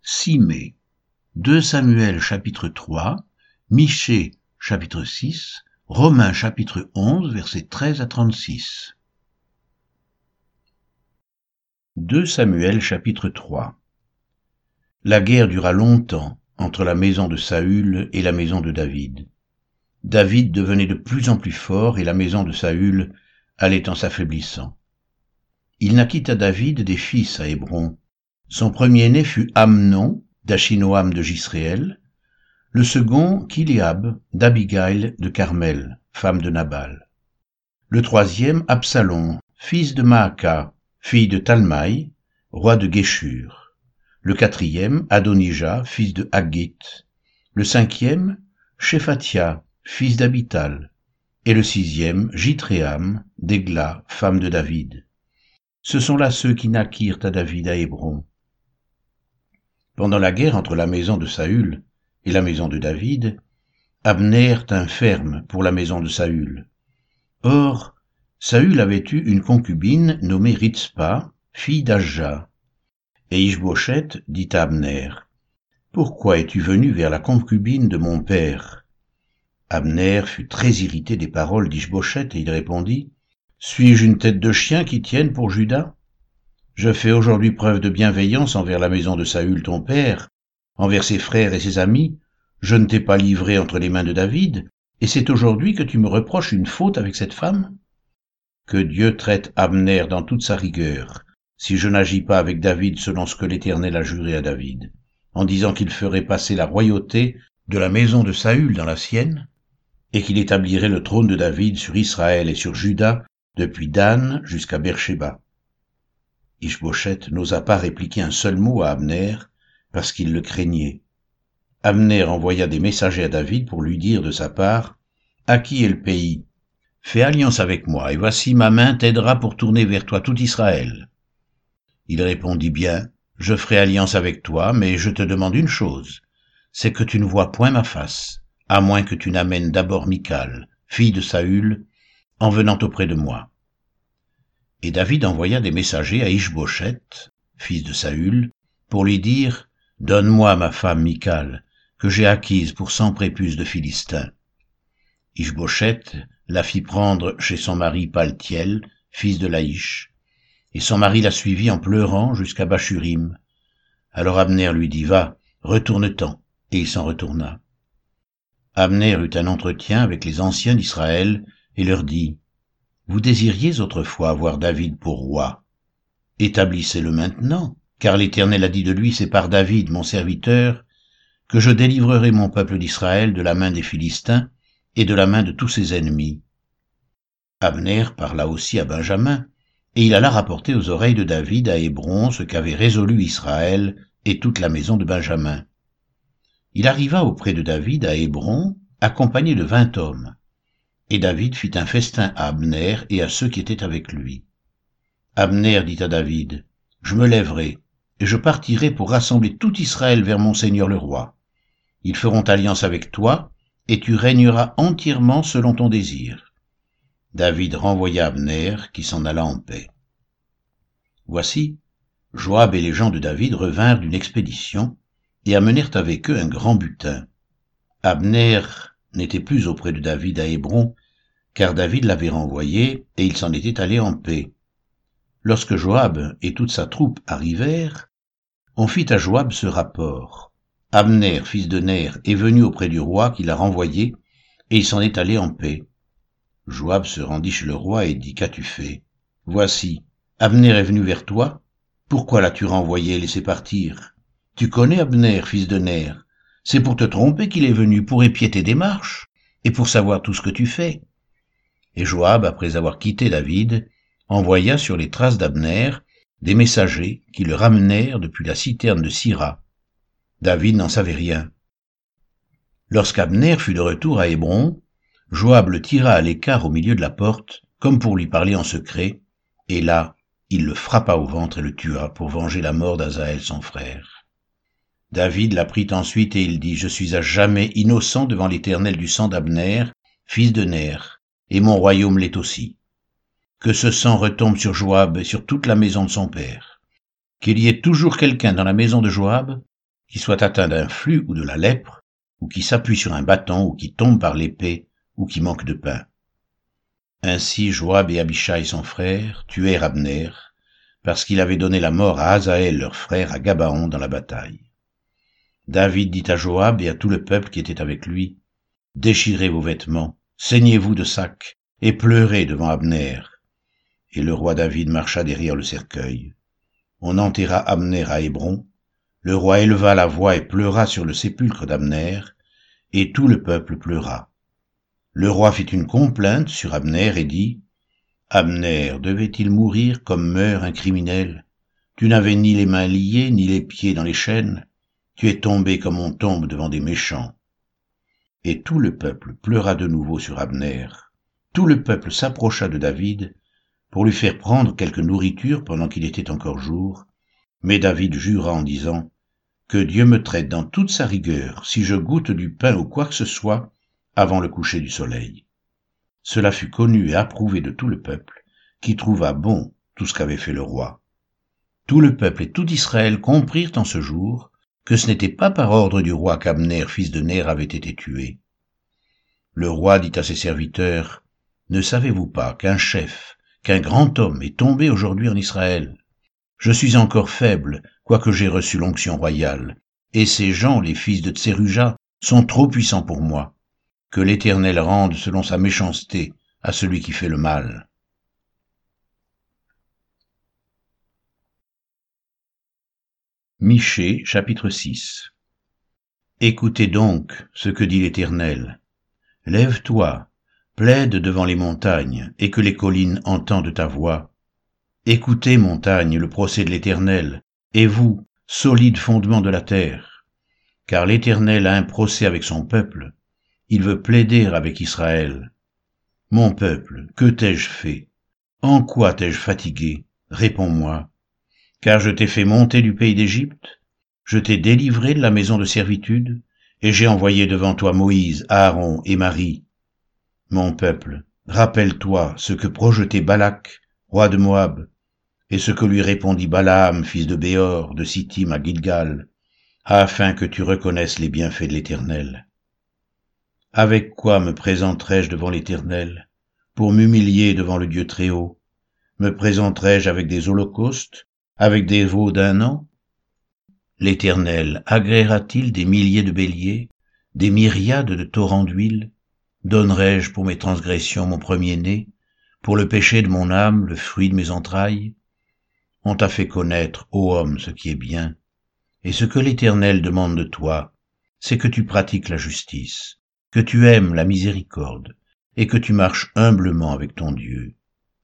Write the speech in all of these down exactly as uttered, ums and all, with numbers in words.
six mai. deux Samuel chapitre trois, Michée chapitre six, Romains chapitre onze, versets treize à trente-six. deux Samuel chapitre trois. La guerre dura longtemps entre la maison de Saül et la maison de David. David devenait de plus en plus fort et la maison de Saül allait en s'affaiblissant. Il naquit à David des fils à Hébron. Son premier-né fut Amnon, d'Achinoam de Jisréel, le second Kiléab, d'Abigaïl de Carmel, femme de Nabal. Le troisième Absalom, fils de Maaka, fille de Talmaï, roi de Guéshur. Le quatrième Adonijah, fils de Haggith. Le cinquième Shéphatia, fils d'Abital. Et le sixième Jithréam, d'Égla, femme de David. Ce sont là ceux qui naquirent à David à Hébron. Pendant la guerre entre la maison de Saül et la maison de David, Abner tint ferme pour la maison de Saül. Or, Saül avait eu une concubine nommée Ritspa, fille d'Ajja. Et Ishbosheth dit à Abner, « Pourquoi es-tu venu vers la concubine de mon père ?» Abner fut très irrité des paroles d'Ishbosheth et il répondit, « Suis-je une tête de chien qui tienne pour Juda ? Je fais aujourd'hui preuve de bienveillance envers la maison de Saül ton père, envers ses frères et ses amis. Je ne t'ai pas livré entre les mains de David, et c'est aujourd'hui que tu me reproches une faute avec cette femme ? Que Dieu traite Abner dans toute sa rigueur, si je n'agis pas avec David selon ce que l'Éternel a juré à David, en disant qu'il ferait passer la royauté de la maison de Saül dans la sienne, et qu'il établirait le trône de David sur Israël et sur Juda, depuis Dan jusqu'à Beersheba. » Ishbosheth n'osa pas répliquer un seul mot à Abner, parce qu'il le craignait. Abner envoya des messagers à David pour lui dire de sa part, « À qui est le pays ? Fais alliance avec moi, et voici ma main t'aidera pour tourner vers toi tout Israël. » Il répondit, « Bien, je ferai alliance avec toi, mais je te demande une chose, c'est que tu ne vois point ma face, à moins que tu n'amènes d'abord Michal, fille de Saül, en venant auprès de moi. » Et David envoya des messagers à Ishbosheth, fils de Saül, pour lui dire, « Donne-moi ma femme Michal, que j'ai acquise pour cent prépuces de Philistins. » Ishbosheth la fit prendre chez son mari Paltiel, fils de Laïch, et son mari la suivit en pleurant jusqu'à Bachurim. Alors Abner lui dit, « Va, retourne-t'en. » Et il s'en retourna. Abner eut un entretien avec les anciens d'Israël et leur dit, « Vous désiriez autrefois avoir David pour roi. Établissez-le maintenant, car l'Éternel a dit de lui, c'est par David, mon serviteur, que je délivrerai mon peuple d'Israël de la main des Philistins et de la main de tous ses ennemis. » Abner parla aussi à Benjamin, et il alla rapporter aux oreilles de David à Hébron ce qu'avait résolu Israël et toute la maison de Benjamin. Il arriva auprès de David à Hébron, accompagné de vingt hommes. Et David fit un festin à Abner et à ceux qui étaient avec lui. Abner dit à David, « Je me lèverai, et je partirai pour rassembler tout Israël vers mon seigneur le roi. Ils feront alliance avec toi, et tu régneras entièrement selon ton désir. » David renvoya Abner, qui s'en alla en paix. Voici, Joab et les gens de David revinrent d'une expédition, et amenèrent avec eux un grand butin. Abner n'était plus auprès de David à Hébron, car David l'avait renvoyé, et il s'en était allé en paix. Lorsque Joab et toute sa troupe arrivèrent, on fit à Joab ce rapport. Abner, fils de Ner, est venu auprès du roi qui l'a renvoyé, et il s'en est allé en paix. Joab se rendit chez le roi et dit, « Qu'as-tu fait ? Voici, Abner est venu vers toi. Pourquoi l'as-tu renvoyé et laissé partir ? Tu connais Abner, fils de Ner. C'est pour te tromper qu'il est venu, pour épier tes démarches, et pour savoir tout ce que tu fais. » Et Joab, après avoir quitté David, envoya sur les traces d'Abner des messagers qui le ramenèrent depuis la citerne de Sira. David n'en savait rien. Lorsqu'Abner fut de retour à Hébron, Joab le tira à l'écart au milieu de la porte, comme pour lui parler en secret, et là, il le frappa au ventre et le tua pour venger la mort d'Asaël son frère. David la prit ensuite et il dit, « Je suis à jamais innocent devant l'Éternel du sang d'Abner, fils de Ner, et mon royaume l'est aussi. Que ce sang retombe sur Joab et sur toute la maison de son père. Qu'il y ait toujours quelqu'un dans la maison de Joab qui soit atteint d'un flux ou de la lèpre, ou qui s'appuie sur un bâton, ou qui tombe par l'épée, ou qui manque de pain. Ainsi Joab et Abishai son frère tuèrent Abner, parce qu'il avait donné la mort à Asaël leur frère à Gabaon dans la bataille. David dit à Joab et à tout le peuple qui était avec lui, « Déchirez vos vêtements, saignez-vous de sac, et pleurez devant Abner. » Et le roi David marcha derrière le cercueil. On enterra Abner à Hébron. Le roi éleva la voix et pleura sur le sépulcre d'Abner, et tout le peuple pleura. Le roi fit une complainte sur Abner et dit, « Abner devait-il mourir comme meurt un criminel? Tu n'avais ni les mains liées, ni les pieds dans les chaînes. Tu es tombé comme on tombe devant des méchants. » Et tout le peuple pleura de nouveau sur Abner. Tout le peuple s'approcha de David pour lui faire prendre quelque nourriture pendant qu'il était encore jour, mais David jura en disant, « Que Dieu me traite dans toute sa rigueur si je goûte du pain ou quoi que ce soit avant le coucher du soleil. » Cela fut connu et approuvé de tout le peuple, qui trouva bon tout ce qu'avait fait le roi. Tout le peuple et tout Israël comprirent en ce jour que ce n'était pas par ordre du roi qu'Abner, fils de Ner, avait été tué. Le roi dit à ses serviteurs, « Ne savez-vous pas qu'un chef, qu'un grand homme est tombé aujourd'hui en Israël? Je suis encore faible, quoique j'ai reçu l'onction royale, et ces gens, les fils de Tseruja, sont trop puissants pour moi. Que l'Éternel rende selon sa méchanceté à celui qui fait le mal. » Michée, chapitre six. Écoutez donc ce que dit l'Éternel. Lève-toi, plaide devant les montagnes, et que les collines entendent ta voix. Écoutez, montagnes, le procès de l'Éternel, et vous, solides fondements de la terre. Car l'Éternel a un procès avec son peuple. Il veut plaider avec Israël. Mon peuple, que t'ai-je fait? En quoi t'ai-je fatigué? Réponds-moi. Car je t'ai fait monter du pays d'Égypte, je t'ai délivré de la maison de servitude, et j'ai envoyé devant toi Moïse, Aaron et Marie. Mon peuple, rappelle-toi ce que projetait Balak, roi de Moab, et ce que lui répondit Balaam, fils de Béor, de Sittim à Gilgal, afin que tu reconnaisses les bienfaits de l'Éternel. Avec quoi me présenterai-je devant l'Éternel, pour m'humilier devant le Dieu Très-Haut? Me présenterai-je avec des holocaustes, avec des veaux d'un an? L'Éternel agréera-t-il des milliers de béliers, des myriades de torrents d'huile? Donnerai-je pour mes transgressions mon premier-né, pour le péché de mon âme, le fruit de mes entrailles? On t'a fait connaître, ô homme, ce qui est bien, et ce que l'Éternel demande de toi, c'est que tu pratiques la justice, que tu aimes la miséricorde, et que tu marches humblement avec ton Dieu.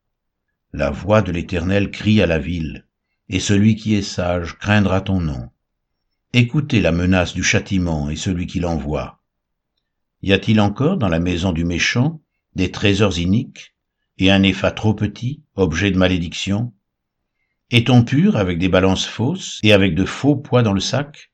La voix de l'Éternel crie à la ville, et celui qui est sage craindra ton nom. Écoutez la menace du châtiment et celui qui l'envoie. Y a-t-il encore dans la maison du méchant des trésors iniques, et un épha trop petit, objet de malédiction? Est-on pur avec des balances fausses et avec de faux poids dans le sac?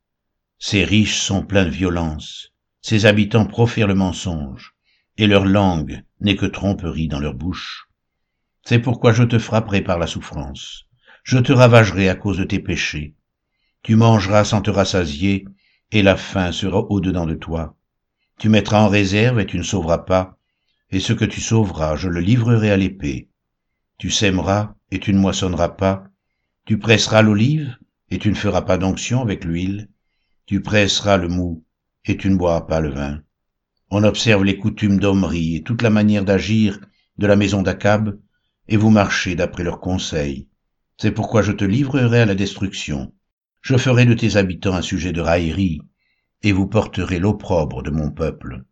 Ces riches sont pleins de violence. Ses habitants profèrent le mensonge, et leur langue n'est que tromperie dans leur bouche. C'est pourquoi je te frapperai par la souffrance, je te ravagerai à cause de tes péchés. Tu mangeras sans te rassasier, et la faim sera au-dedans de toi. Tu mettras en réserve et tu ne sauveras pas, et ce que tu sauveras, je le livrerai à l'épée. Tu sèmeras et tu ne moissonneras pas, tu presseras l'olive et tu ne feras pas d'onction avec l'huile, tu presseras le mou et tu ne boiras pas le vin. On observe les coutumes d'Omri et toute la manière d'agir de la maison d'Akab, et vous marchez d'après leurs conseils. C'est pourquoi je te livrerai à la destruction. Je ferai de tes habitants un sujet de raillerie, et vous porterez l'opprobre de mon peuple.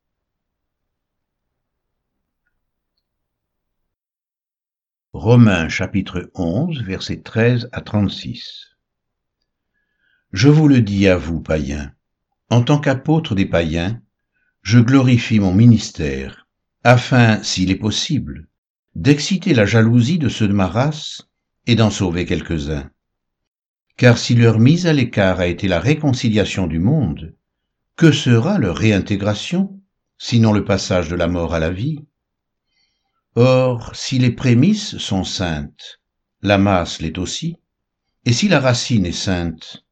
Romains chapitre onze, versets treize à trente-six. Je vous le dis à vous, païens, en tant qu'apôtre des païens, je glorifie mon ministère, afin, s'il est possible, d'exciter la jalousie de ceux de ma race et d'en sauver quelques-uns. Car si leur mise à l'écart a été la réconciliation du monde, que sera leur réintégration, sinon le passage de la mort à la vie? Or, si les prémices sont saintes, la masse l'est aussi, et si la racine est sainte,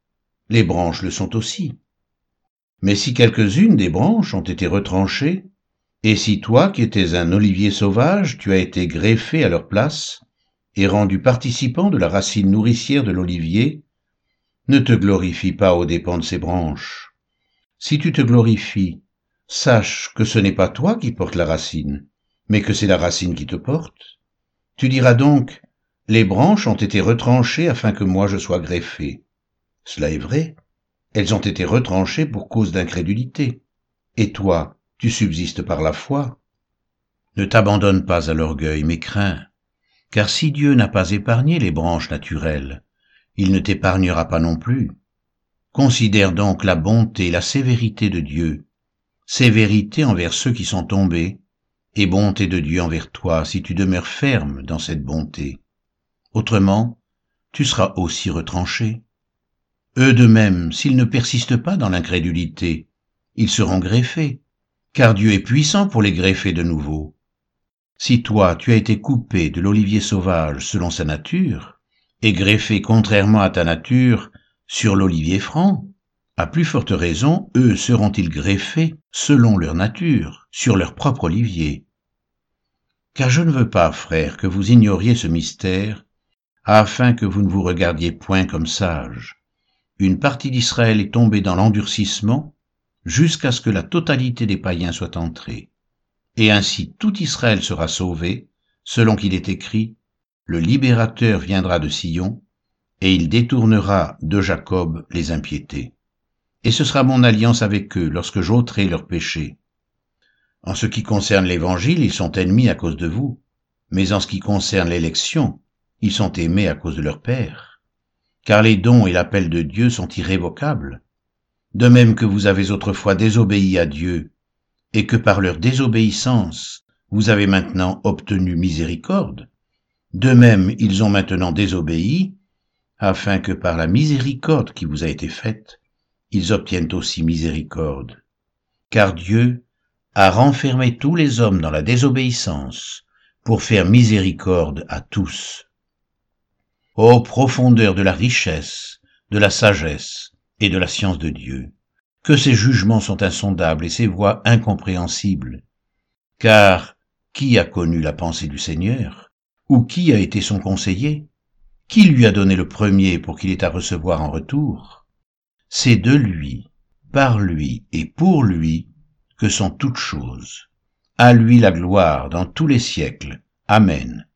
les branches le sont aussi. Mais si quelques-unes des branches ont été retranchées, et si toi qui étais un olivier sauvage, tu as été greffé à leur place, et rendu participant de la racine nourricière de l'olivier, ne te glorifie pas aux dépens de ces branches. Si tu te glorifies, sache que ce n'est pas toi qui portes la racine, mais que c'est la racine qui te porte. Tu diras donc, les branches ont été retranchées afin que moi je sois greffé. Cela est vrai, elles ont été retranchées pour cause d'incrédulité. Et toi, tu subsistes par la foi. Ne t'abandonne pas à l'orgueil, mais crains, car si Dieu n'a pas épargné les branches naturelles, il ne t'épargnera pas non plus. Considère donc la bonté et la sévérité de Dieu, sévérité envers ceux qui sont tombés, et bonté de Dieu envers toi si tu demeures ferme dans cette bonté. Autrement, tu seras aussi retranché. Eux de même, s'ils ne persistent pas dans l'incrédulité, ils seront greffés, car Dieu est puissant pour les greffer de nouveau. Si toi, tu as été coupé de l'olivier sauvage selon sa nature, et greffé contrairement à ta nature sur l'olivier franc, à plus forte raison, eux seront-ils greffés selon leur nature, sur leur propre olivier. Car je ne veux pas, frères, que vous ignoriez ce mystère, afin que vous ne vous regardiez point comme sages. Une partie d'Israël est tombée dans l'endurcissement, jusqu'à ce que la totalité des païens soit entrée. Et ainsi tout Israël sera sauvé, selon qu'il est écrit, le libérateur viendra de Sion, et il détournera de Jacob les impiétés. Et ce sera mon alliance avec eux lorsque j'ôterai leurs péchés. En ce qui concerne l'Évangile, ils sont ennemis à cause de vous, mais en ce qui concerne l'élection, ils sont aimés à cause de leur Père. Car les dons et l'appel de Dieu sont irrévocables. De même que vous avez autrefois désobéi à Dieu, et que par leur désobéissance, vous avez maintenant obtenu miséricorde, de même ils ont maintenant désobéi, afin que par la miséricorde qui vous a été faite, ils obtiennent aussi miséricorde. Car Dieu a renfermé tous les hommes dans la désobéissance, pour faire miséricorde à tous. Ô profondeur de la richesse, de la sagesse et de la science de Dieu, que ses jugements sont insondables et ses voies incompréhensibles. Car qui a connu la pensée du Seigneur? Ou qui a été son conseiller? Qui lui a donné le premier pour qu'il ait à recevoir en retour? C'est de lui, par lui et pour lui que sont toutes choses. À lui la gloire dans tous les siècles. Amen.